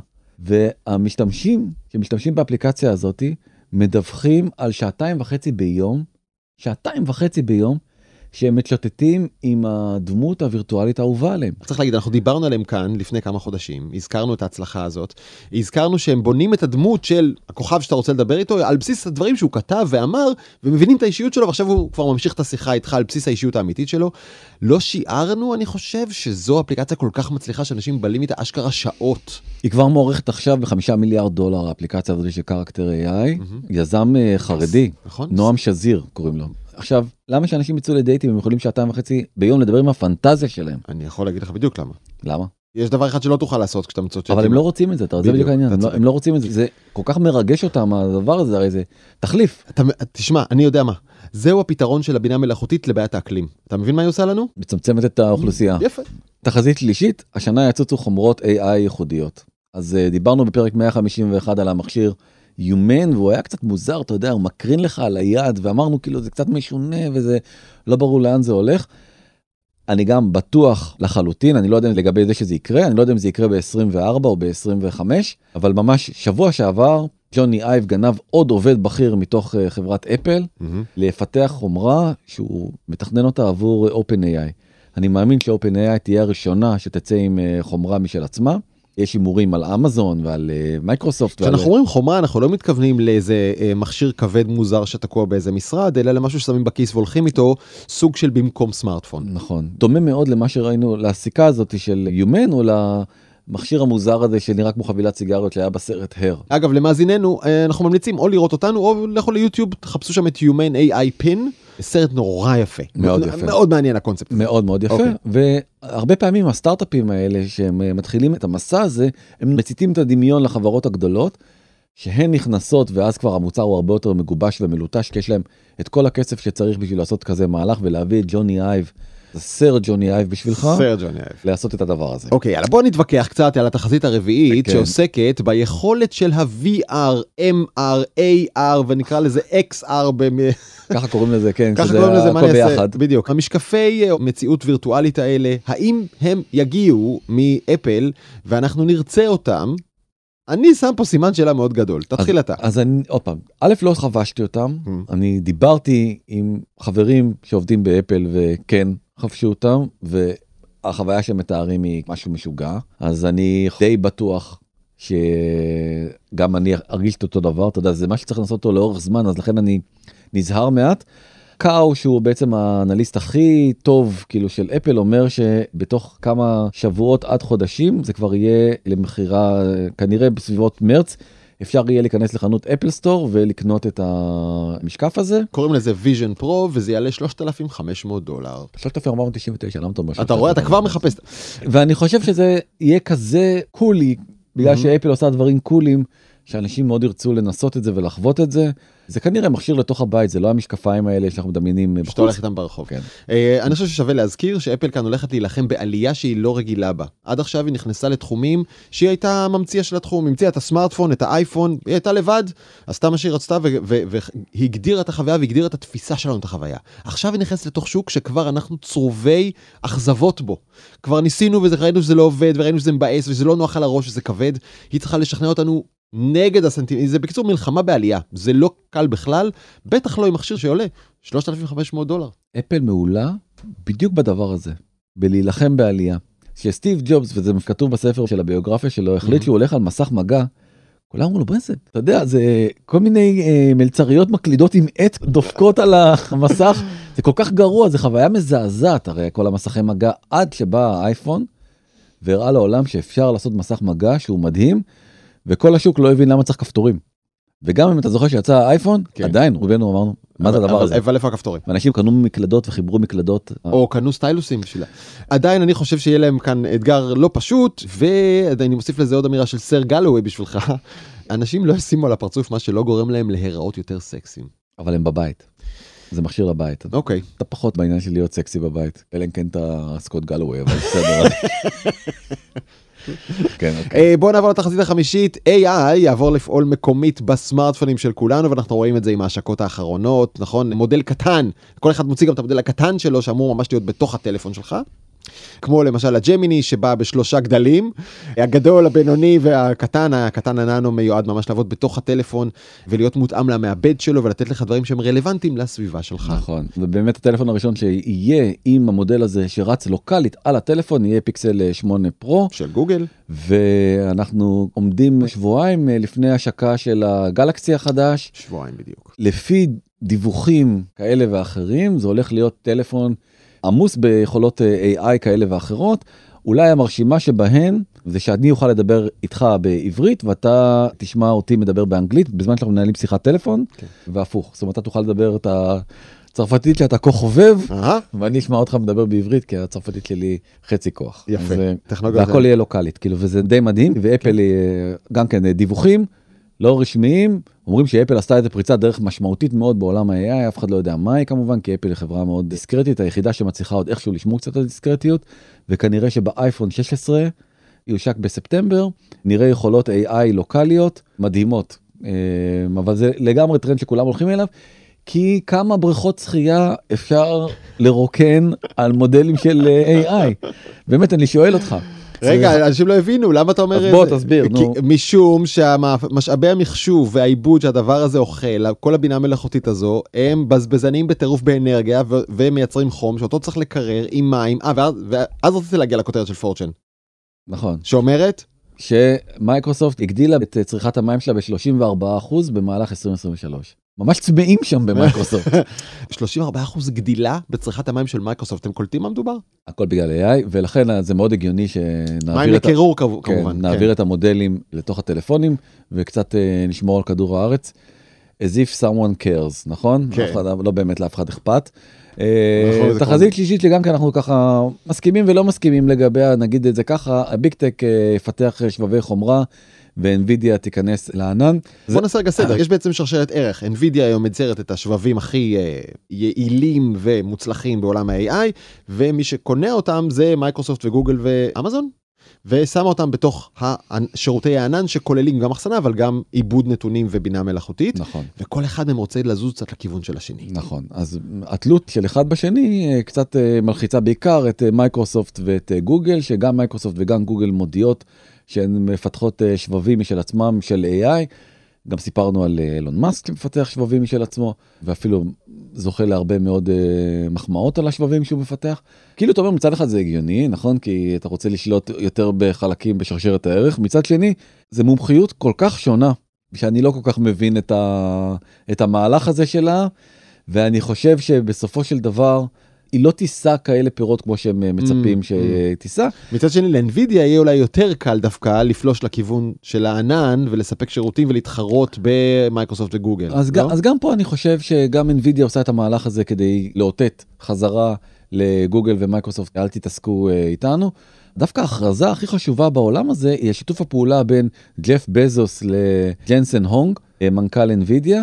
והמשתמשים שמשתמשים באפליקציה הזאת, מדווחים על שעתיים וחצי ביום, שעתיים וחצי ביום, שהם מתשוטטים עם הדמות הווירטואלית האהובה עליהם. צריך להגיד, אנחנו דיברנו עליהם כאן לפני כמה חודשים, הזכרנו את ההצלחה הזאת, הזכרנו שהם בונים את הדמות של הכוכב שאתה רוצה לדבר איתו, על בסיס הדברים שהוא כתב ואמר, ומבינים את האישיות שלו, ועכשיו הוא כבר ממשיך את השיחה איתך על בסיס האישיות האמיתית שלו. לא שיערנו, אני חושב, שזו אפליקציה כל כך מצליחה, שאנשים בלים איתה אשכרה שעות. היא כבר מוערכת עכשיו בחמישה מיליארד דולר, האפליקציה הזאת של קרקטר איי איי, יזם חרדי, נועם שזיר קוראים לו. עכשיו, למה שאנשים יצאו לדייטים, הם יכולים שעתיים וחצי ביום לדבר עם הפנטזיה שלהם? אני יכול להגיד לך בדיוק למה. למה? יש דבר אחד שלא תוכל לעשות כשאתה מצוצ'טים. אבל הם לא רוצים את זה, זה בדיוק העניין, הם לא רוצים את זה, זה כל כך מרגש אותם, הדבר הזה, הרי זה תחליף. תשמע, אני יודע מה, זהו הפתרון של הבינה מלאכותית לבעיית האקלים. אתה מבין מה היא עושה לנו? מצמצמת את האוכלוסייה. יפה. תחזית שלישית, השנה יצוצו חומרות איי איי ייחודיות. אז דיברנו בפרק מאה חמישים ואחת על המכשיר יומן, והוא היה קצת מוזר, אתה יודע, הוא מקרין לך על היד, ואמרנו כאילו זה קצת משונה, וזה לא ברור לאן זה הולך. אני גם בטוח לחלוטין, אני לא יודע לגבי זה שזה יקרה, אני לא יודע אם זה יקרה ב-עשרים וארבע או ב-עשרים וחמש, אבל ממש שבוע שעבר, ג'וני אייב גנב עוד עובד בכיר מתוך חברת אפל, mm-hmm. לפתח חומרה שהוא מתכנן אותה עבור OpenAI. אני מאמין ש-OpenAI תהיה הראשונה שתצא עם חומרה משל עצמה, יש אימורים על אמזון ועל מייקרוסופט. כשאנחנו אומרים חומרה, אנחנו לא מתכוונים לאיזה מכשיר כבד מוזר שתקוע באיזה משרד, אלא למשהו ששמים בכיס והולכים איתו, סוג של במקום סמארטפון. נכון. דומה מאוד למה שראינו, להסיקה הזאת של יומן, או למכשיר המוזר הזה שנראה כמו חבילת סיגריות שהיה בסרט הר. אגב, למאזיננו, אנחנו ממליצים או לראות אותנו, או לכו ליוטיוב, תחפשו שם את יומן איי איי פין, סרט נורא יפה. מאוד יפה. מאוד מעניין הקונספט. מאוד מאוד יפה. והרבה פעמים הסטארט-אפים האלה שהם מתחילים את המסע הזה, הם מציתים את הדמיון לחברות הגדולות, שהן נכנסות ואז כבר המוצר הוא הרבה יותר מגובש ומלוטש, כי יש להם את כל הכסף שצריך בשביל לעשות כזה מהלך ולהביא את ג'וני אייב, סר ג'וני אייב בשבילך, סר ג'וני אייב, לעשות את הדבר הזה. אוקיי, אז בוא נתווכח קצת על התחזית הרביעית שעוסקת ביכולת של ה-וי אר, אם אר, איי אר ונקרא לזה אקס אר. ככה קוראים לזה, כן, ככה קוראים לזה, מה נעשה, בדיוק. המשקפי מציאות וירטואלית האלה, האם הם יגיעו מאפל ואנחנו נרצה אותם? אני שם פה סימן שאלה מאוד גדול, תתחיל אתה. אז אני, עוד פעם, א' לא חבשתי אותם, אני דיברתי עם חברים שעובדים באפל וכן חפשו אותם, והחוויה שמתארים היא משהו משוגע, אז אני די בטוח שגם אני ארגיש את אותו דבר, אתה יודע, זה מה שצריך לעשות אותו לאורך זמן, אז לכן אני נזהר מעט. קאו, שהוא בעצם האנליסט הכי טוב כאילו של אפל, אומר שבתוך כמה שבועות עד חודשים זה כבר יהיה למחירה, כנראה בסביבות מרץ, אפשר יהיה להיכנס לחנות אפל סטור ולקנות את המשקף הזה. קוראים לזה ויז'ן פרו וזה יעלה שלושת אלפים וחמש מאות דולר. שלושת אלפים ארבע מאות תשעים ותשע, למה אתה אומר? אתה רואה, אתה כבר מחפש. ואני חושב שזה יהיה כזה קולי, בגלל שאפל עושה דברים קולים, שאנשים מאוד ירצו לנסות את זה ולחוות את זה. זה כנראה מכשיר לתוך הבית, זה לא המשקפיים האלה שאנחנו מדמיינים בחוץ. שאתה הולך איתם ברחוב. כן. אני חושב ששווה להזכיר שאפל כאן הולכת להילחם בעלייה שהיא לא רגילה בה. עד עכשיו היא נכנסה לתחומים שהיא הייתה ממציאה של התחום, המציאה את הסמארטפון, את האייפון, היא הייתה לבד, עשתה מה שהיא רצתה והגדירה את החוויה והגדירה את התפיסה שלנו את החוויה. עכשיו היא נכנסת לתוך שוק שכבר אנחנו צרובי אכזבות בו. כבר ניסינו וראינו שזה לא עובד וראינו שזה מבאס וזה לא נוח על הראש וזה כבד. היא צריכה לשכנע אותנו נגד הסנטימנט, זה בקיצור מלחמה בעלייה, זה לא קל בכלל, בטח לא עם מכשיר שעולה שלושת אלפים וחמש מאות דולר. אפל מעולה בדיוק בדבר הזה, בלהילחם בעלייה. שסטיב ג'ובס, וזה כתוב בספר של הביוגרפיה שלו, החליט שהוא הולך על מסך מגע, כולם אמרו לו, ברסד, אתה יודע, זה כל מיני אה, מלצריות מקלידות עם עט דופקות על המסך, זה כל כך גרוע, זה חוויה מזעזעת, הרי כל המסכי מגע, עד שבא האייפון, והראה לעולם שאפשר לעשות מסך מגע שהוא מדהים, וכל השוק לא הבין למה צריך כפתורים. וגם אם אתה זוכר שיצא האייפון, כן. עדיין רובנו אמרנו, מה זה הדבר הזה? אבל איפה הכפתורים? ואנשים קנו מקלדות וחיברו מקלדות. או קנו סטיילוסים בשבילה. עדיין אני חושב שיהיה להם כאן אתגר לא פשוט, ועדיין אני מוסיף לזה עוד אמירה של סר גלווי בשבילך. אנשים לא ישימו על הפרצוף מה שלא גורם להם להיראות יותר סקסיים. אבל הם בבית. זה מכשיר לבית. אוקיי. אתה פחות בעניין של להיות סקסי בבית. אלא אם כן אתה סקוט גלווי, אבל בסדר. כן, אוקיי. בואו נעבור לתחזית החמישית. איי איי יעבור לפעול מקומית בסמארטפונים של כולנו, ואנחנו רואים את זה עם ההשקות האחרונות, נכון? מודל קטן, כל אחד מוציא גם את המודל הקטן שלו, שאמור ממש להיות בתוך הטלפון שלך. כמו למשל הג'מיני שבא בשלושה גדלים, הגדול, הבינוני והקטן, הקטן הננו מיועד ממש לעבוד בתוך הטלפון ולהיות מותאם למעבד שלו ולתת לך דברים שהם רלוונטיים לסביבה שלך. נכון, ובאמת הטלפון הראשון שיהיה עם המודל הזה שרץ לוקלית על הטלפון יהיה פיקסל שמונה פרו של גוגל, ואנחנו עומדים שבועיים לפני השקה של הגלקסי החדש. שבועיים בדיוק. לפי דיווחים כאלה ואחרים זה הולך להיות טלפון עמוס ביכולות איי איי כאלה ואחרות, אולי המרשימה שבהן זה שאני אוכל לדבר איתך בעברית, ואתה תשמע אותי מדבר באנגלית, בזמן שאנחנו מנהלים שיחת טלפון, okay. והפוך. זאת אומרת, אתה תוכל לדבר את הצרפתית שאתה כה חובב, uh-huh. ואני אשמע אותך מדבר בעברית, כי הצרפתית שלי חצי כוח. יפה. אז, והכל יהיה לוקלית, כאילו, וזה די מדהים, ואפל okay. גם כן דיווחים, לא רשמיים, אומרים שאפל עשתה את הפריצת דרך משמעותית מאוד בעולם ה-איי איי, אף אחד לא יודע מה היא כמובן, כי אפל היא חברה מאוד דיסקרטית, היחידה שמצליחה עוד איכשהו לשמור קצת על דיסקרטיות, וכנראה שבאייפון שש עשרה, יושק בספטמבר, נראה יכולות איי איי לוקליות מדהימות, אבל זה לגמרי טרנד שכולם הולכים אליו, כי כמה בריכות שחייה אפשר לרוקן על מודלים של איי איי, באמת אני שואל אותך, רגע, אנשים לא הבינו, למה אתה אומר את זה? אז בוא תסביר, נו. משום שהמשאבי המחשוב והעיבוד שהדבר הזה אוכל, כל הבינה המלאכותית הזו, הם בזבזנים בטירוף באנרגיה, והם מייצרים חום, שאותו צריך לקרר עם מים, ואז רציתי להגיע לכותרת של פורצ'ן. נכון. שאומרת? שמייקרוסופט הגדילה את צריכת המים שלה ב-שלושים וארבעה אחוז במהלך עשרים עשרים ושלוש. ממש צמאים שם במייקרוסופט. שלושים וארבעה אחוז גדילה בצריכת המים של מייקרוסופט, אתם קולטים מה מדובר? הכל בגלל איי איי, ולכן זה מאוד הגיוני שנעביר מים לקירור כמובן. נעביר את המודלים לתוך הטלפונים, וקצת נשמור על כדור הארץ. As if someone cares, נכון? לא באמת לאף אחד אכפת. תחזית שלישית שגם כי אנחנו ככה מסכימים ולא מסכימים לגביה, נגיד את זה ככה, הביג טק יפתח שבבי חומרה, ואנווידיה תיכנס לענן. בוא נעשה רגע סדר, יש בעצם שרשרת ערך. אנווידיה היום מייצרת את השבבים הכי יעילים ומוצלחים בעולם ה-איי איי, ומי שקונה אותם זה מייקרוסופט וגוגל ואמזון, ושמה אותם בתוך שירותי הענן שכוללים גם אחסנה, אבל גם עיבוד נתונים ובינה מלאכותית. נכון. וכל אחד מהם רוצה לזוז קצת לכיוון של השני. נכון. אז התלות של אחד בשני קצת מלחיצה בעיקר את מייקרוסופט ואת גוגל, שגם מייקרוסופט וגם גוגל מודיעות שהן מפתחות שבבים משל עצמם של איי איי, גם סיפרנו על אילון מאסק שמפתח שבבים משל עצמו, ואפילו זוכה להרבה מאוד uh, מחמאות על השבבים שהוא מפתח. כאילו אתה אומר מצד אחד זה הגיוני, נכון? כי אתה רוצה לשלוט יותר בחלקים בשרשרת הערך, מצד שני זה מומחיות כל כך שונה, שאני לא כל כך מבין את, ה... את המהלך הזה שלה, ואני חושב שבסופו של דבר, היא לא תיסע כאלה פירות כמו שהם מצפים שתיסע. מצד שני, לאנווידיה יהיה אולי יותר קל דווקא לפלוש לכיוון של הענן, ולספק שירותים ולהתחרות במייקרוסופט וגוגל. אז, לא? גם, אז גם פה אני חושב שגם אנווידיה עושה את המהלך הזה כדי לאותת חזרה לגוגל ומייקרוסופט, אל תתעסקו איתנו. דווקא ההכרזה הכי חשובה בעולם הזה היא שיתוף הפעולה בין ג'ף בזוס לג'נסן הונג, מנכ"ל אנווידיה,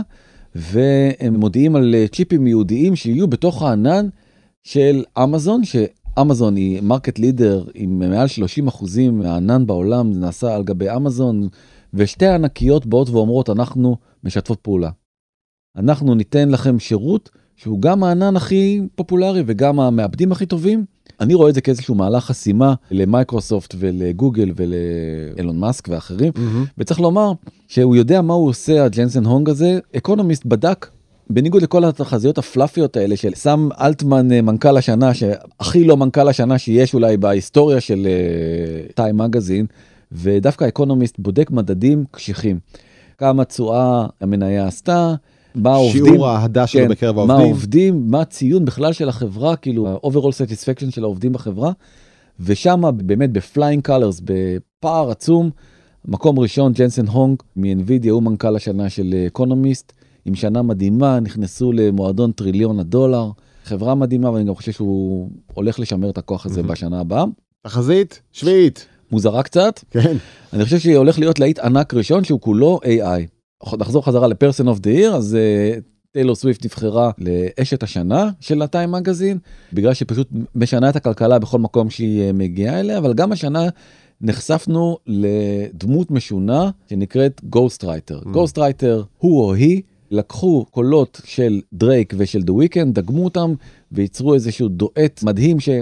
והם מודיעים על צ'יפים ייעודיים שיהיו בתוך הענן של אמזון, שאמזון היא מרקט לידר עם מעל שלושים אחוזים מהענן בעולם, זה נעשה על גבי אמזון, ושתי הענקיות באות ואומרות, אנחנו משתפות פעולה. אנחנו ניתן לכם שירות שהוא גם הענן הכי פופולרי וגם המעבדים הכי טובים. אני רואה את זה כאיזשהו מהלך חסימה למייקרוסופט ולגוגל ולאילון מאסק ואחרים, mm-hmm. וצריך לומר שהוא יודע מה הוא עושה, הג'נסן הונג הזה. אקונומיסט בדק, בניגוד לכל התחזיות הפלאפיות האלה של סם אלטמן מנכ"ל השנה, שהכי לא מנכ"ל השנה שיש אולי בהיסטוריה של טיים מגזין, ודווקא אקונומיסט בודק מדדים קשיחים. כמה תשואה המניה עשתה, מה העובדים, שיעור ההדה שלו כן, בקרב העובדים. מה העובדים, מה הציון בכלל של החברה, כאילו ה-overall satisfaction של העובדים בחברה, ושם באמת ב-flying colors, בפער עצום, מקום ראשון, ג'נסן הונג מ-NVIDIA, הוא מנכ"ל השנה של אקונומיסט, עם שנה מדהימה, נכנסו למועדון טריליון הדולר, חברה מדהימה, ואני גם חושב שהוא הולך לשמר את הכוח הזה mm-hmm. בשנה הבאה. תחזית שביעית. מוזרה קצת. כן. אני חושב שהיא הולך להיות להיט ענק ראשון, שהוא כולו איי איי. נחזור חזרה לפרסון אוף דה ייר, אז טיילור סוויפט נבחרה לאשת השנה של הטיים מגזין, בגלל שפשוט משנה את הכלכלה בכל מקום שהיא מגיעה אליה, אבל גם השנה נחשפנו לדמות משונה שנקראת גוסטרייטר. גוסטרייטר הוא או היא לקחו קולות של דרייק ושל דה וויקנד, דגמו אותם וייצרו איזשהו דואט מדהים ש...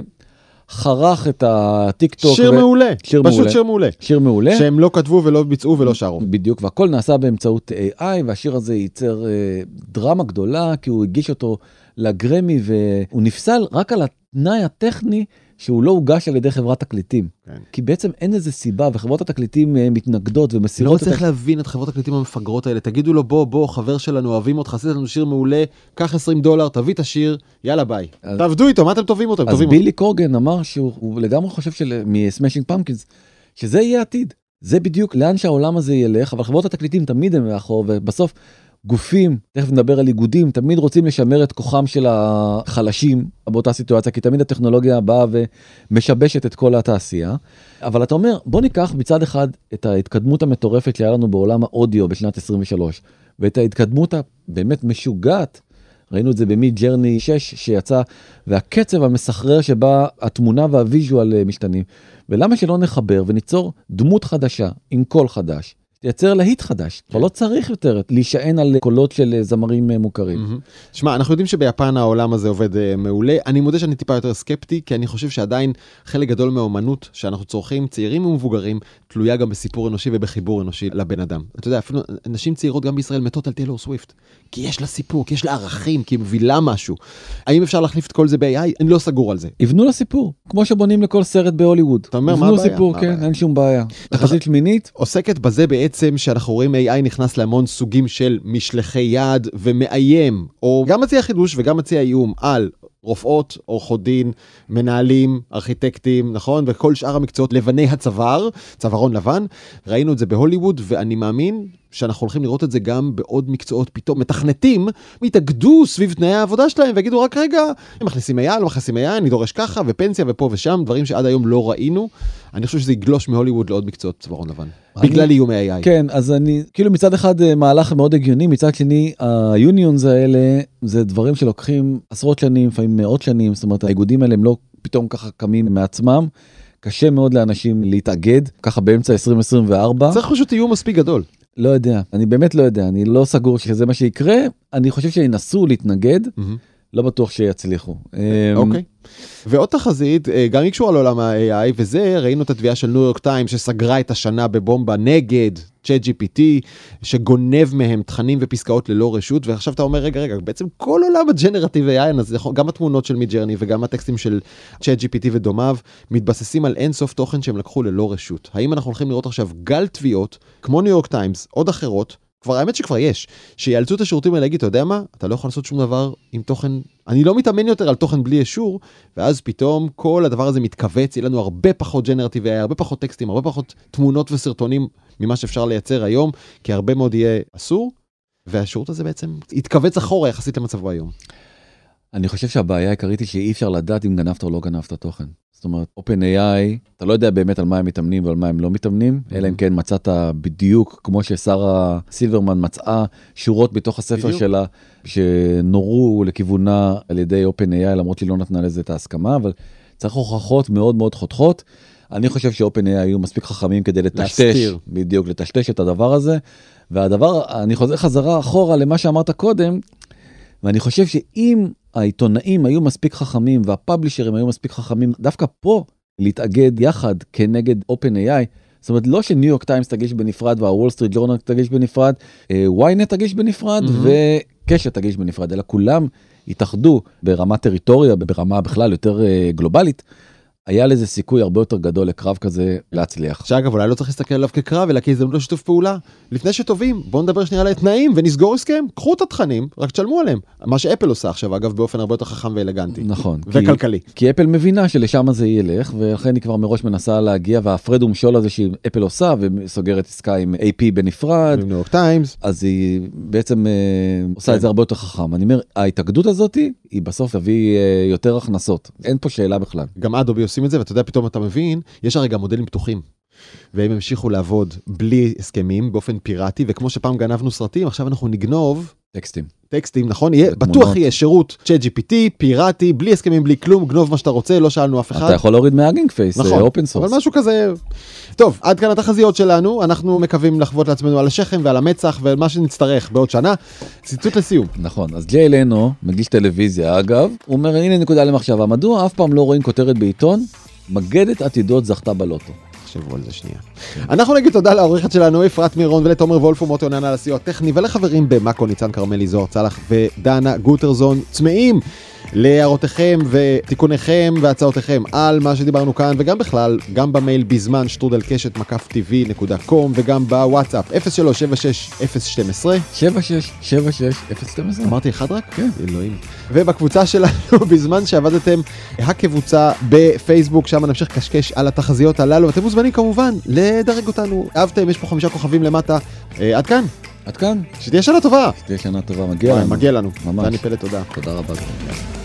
חרך את הטיק טוק. שיר ו... מעולה, שיר פשוט מעולה. שיר מעולה. שיר מעולה. שהם לא כתבו ולא ביצעו ולא שרו. בדיוק, והכל נעשה באמצעות איי איי, והשיר הזה ייצר אה, דרמה גדולה, כי הוא הגיש אותו לגרמי, והוא נפסל רק על התנאי הטכני, שהוא לא הוגש על ידי חברת תקליטים. כן. כי בעצם אין איזה סיבה, וחברות התקליטים אה, מתנגדות ומסירות... לא צריך את... להבין את חברות התקליטים המפגרות האלה, תגידו לו בוא, בוא, חבר שלנו, אוהבים אותך, עשית לנו שיר מעולה, קח עשרים דולר, תביא את השיר, יאללה ביי. אז... תעבדו איתו, מה אתם טובים אותו? אז בילי קורגן אמר שהוא לגמרי חושב של... מ-Smashing Pumpkins, שזה יהיה עתיד. זה בדיוק לאן שהעולם הזה ילך, אבל חברות התקליטים תמיד הם מאחור, ובסוף גופים, תכף נדבר על איגודים, תמיד רוצים לשמר את כוחם של החלשים באותה סיטואציה, כי תמיד הטכנולוגיה באה ומשבשת את כל התעשייה. אבל אתה אומר, בוא ניקח מצד אחד את ההתקדמות המטורפת שהיה לנו בעולם האודיו בשנת עשרים ושלוש, ואת ההתקדמות הבאמת משוגעת, ראינו את זה במי ג'רני שש שיצא, והקצב המסחרר שבה התמונה והוויז'ואל משתנים. ולמה שלא נחבר וניצור דמות חדשה עם קול חדש? תייצר להיט חדש, כבר לא צריך יותר להישען על קולות של זמרים מוכרים. שמע, אנחנו יודעים שביפן העולם הזה עובד מעולה, אני מודה שאני טיפה יותר סקפטי, כי אני חושב שעדיין חלק גדול מהאומנות שאנחנו צורכים, צעירים ומבוגרים, תלויה גם בסיפור אנושי ובחיבור אנושי לבן אדם. אתה יודע, אפילו נשים צעירות גם בישראל מתות על טיילור סוויפט, כי יש לה סיפור, כי יש לה ערכים, כי היא מבילה משהו. האם אפשר להחליף את כל זה ב-איי איי? אני לא סגור על זה. יבנו לה סיפור, כמו שבונים לכל סרט בהוליווד. אתה אומר, מה הבעיה? סיפור, כן, אין שום בעיה. תחזית שמינית. עוסקת בזה בעצם שאנחנו רואים איי איי נכנס להמון סוגים של משלחי יד ומאיים, או גם מציע חידוש וגם מציע איום על רופאות, עורכות דין, מנהלים, ארכיטקטים, נכון? וכל שאר המקצועות לבני הצוואר, צווארון לבן. ראינו את זה בהוליווד, ואני מאמין שאנחנו הולכים לראות את זה גם בעוד מקצועות. פתאום מתכנתים, מתאגדו סביב תנאי העבודה שלהם, ויגידו רק רגע, הם מכניסים איי איי, לא מכניסים איי איי, אני דורש ככה, ופנסיה ופה ושם, דברים שעד היום לא ראינו. אני חושב שזה יגלוש מהוליווד לעוד מקצועות צווארון לבן. בגלל איום איי איי. כן, אז אני, כאילו מצד אחד מהלך מאוד הגיוני, מצד שני, היוניונס האלה, זה דברים שלוקחים עשרות שנים, לפעמים מאות שנים, זאת אומרת, האיגודים האלה הם לא פתאום ככה קמים מעצמם, קשה מאוד לאנשים להתאגד, ככה באמצע עשרים עשרים וארבע. צריך פשוט איום מספיק גדול. לא יודע, אני באמת לא יודע, אני לא סגור שזה מה שיקרה, אני חושב שינסו להתנגד, לא בטוח שיצליחו. אוקיי. ועוד תחזית, גם היא קשורה לעולם ה-איי איי, וזה, ראינו את התביעה של ניו יורק טיימס, שסגרה את השנה בבומבה נגד צ'אט ג'י פי טי, שגונב מהם תכנים ופסקאות ללא רשות, ועכשיו אתה אומר, רגע, רגע, בעצם כל עולם הג'נרטיב איי איי, גם התמונות של מידג'רני וגם הטקסטים של צ'אט ג'י פי טי ודומיו, מתבססים על אינסוף תוכן שהם לקחו ללא רשות. האם אנחנו הולכים לראות עכשיו גל תביעות, כמו ניו יורק טיימס, עוד אחרות, כבר האמת שכבר יש, שיאלצו את השירותים האלה להגיד, אתה יודע מה? אתה לא יכול לעשות שום דבר עם תוכן, אני לא מתאמן יותר על תוכן בלי אישור, ואז פתאום כל הדבר הזה מתכווץ, יהיה לנו הרבה פחות ג'נרטיב, הרבה פחות טקסטים, הרבה פחות תמונות וסרטונים ממה שאפשר לייצר היום, כי הרבה מאוד יהיה אסור, והשירות הזה בעצם יתכווץ אחורה יחסית למצבו היום. אני חושב שהבעיה העיקרית היא שאי אפשר לדעת אם גנבת או לא גנבת תוכן. זאת אומרת, OpenAI, אתה לא יודע באמת על מה הם מתאמנים ועל מה הם לא מתאמנים, אלא אם כן מצאת בדיוק, כמו ששרה סילברמן מצאה שורות בתוך הספר בדיוק. שלה, שנורו לכיוונה על ידי OpenAI, למרות שהיא לא נתנה לזה את ההסכמה, אבל צריך הוכחות מאוד מאוד חותכות. אני חושב ש-OpenAI היו מספיק חכמים כדי לטשטש, להסתיר. בדיוק, לטשטש את הדבר הזה, והדבר, אני חוזר חזרה אחורה למה שאמרת קודם, ואני חושב שאם העיתונאים היו מספיק חכמים, והפאבלישרים היו מספיק חכמים, דווקא פה להתאגד יחד כנגד OpenAI, זאת אומרת, לא שניו יורק טיימס תגיש בנפרד, והוול סטריט ג'ורנל תגיש בנפרד, וויינט תגיש בנפרד, mm-hmm. וקשת תגיש בנפרד, אלא כולם התאחדו ברמה טריטוריה, ברמה בכלל יותר גלובלית, היה לזה סיכוי הרבה יותר גדול לקרב כזה להצליח. שאגב, אולי לא צריך להסתכל עליו כקרב, אלא כהזדמנות לשיתוף פעולה. לפני שטובים, בואו נדבר שנייה על התנאים ונסגור הסכם. קחו את התכנים, רק תשלמו עליהם. מה שאפל עושה עכשיו, אגב, באופן הרבה יותר חכם ואלגנטי. נכון. וכלכלי. כי, כי אפל מבינה שלשם זה ילך, ולכן היא כבר מראש מנסה להגיע, והפרד ומשול הזה שאפל עושה, וסוגרת עסקה עם איי פי בנפרד. עם ניו יורק טיימס. אז היא בעצם אה, עושה כן. את זה הרבה יותר חכם. אני אומר, ההתאגדות הזאת, היא בסוף תביא אה, יותר הכנסות. אין פה שאלה בכלל. גם אדובי עושים את זה, ואתה יודע, פתאום אתה מבין, יש הרי גם מודלים פתוחים, והם המשיכו לעבוד בלי הסכמים, באופן פיראטי, וכמו שפעם גנבנו סרטים, עכשיו אנחנו נגנוב טקסטים. טקסטים, נכון? יהיה, בטוח יהיה שירות צ'אט ג'י פי טי, פיראטי, בלי הסכמים, בלי כלום, גנוב מה שאתה רוצה, לא שאלנו אף אחד. אתה יכול להוריד מהאגינג פייס, נכון, אופן סורס. אבל משהו כזה. טוב, עד כאן התחזיות שלנו, אנחנו מקווים לחוות לעצמנו על השכם ועל המצח, ומה שנצטרך בעוד שנה. ציטוט לסיום. נכון, אז ג'יי לנו, מגיש טלוויזיה אגב, הוא אומר, הנה נקודה למחשבה, מדוע אף פעם לא רואים כותרת בעיתון? מגדת עתידות זכתה בלוטו. תחשבו על זה שנייה. אנחנו נגיד תודה לעורכת שלנו, אפרת מירון, ולתומר וולף ומוטי עונן על הסיוע הטכני, ולחברים במאקו, ניצן קרמלי, זוהר צלח ודנה גוטרזון, צמאים להערותיכם ותיקוניכם והצעותיכם על מה שדיברנו כאן, וגם בכלל, גם במייל בזמן שטרודל קשת מקף טי וי נקודה קום, וגם בוואטסאפ אפס שלוש שבע שש אפס שתים עשרה שבע שש שבע שש אפס שתים עשרה. אמרתי אחד רק? כן. אלוהים. ובקבוצה שלנו, בזמן שעבדתם, הקבוצה בפייסבוק, שם נמשיך קשקש על התחזיות הללו, ואתם מוזמנים כמובן לדרג אותנו. אהבתם, יש פה חמישה כוכבים למטה. אה, עד כאן. עד כאן. שתהיה שנה טובה. שתהיה שנה טובה, מגיע לנו. מגיע לנו. ממש. דני פלד, תודה. תודה רבה.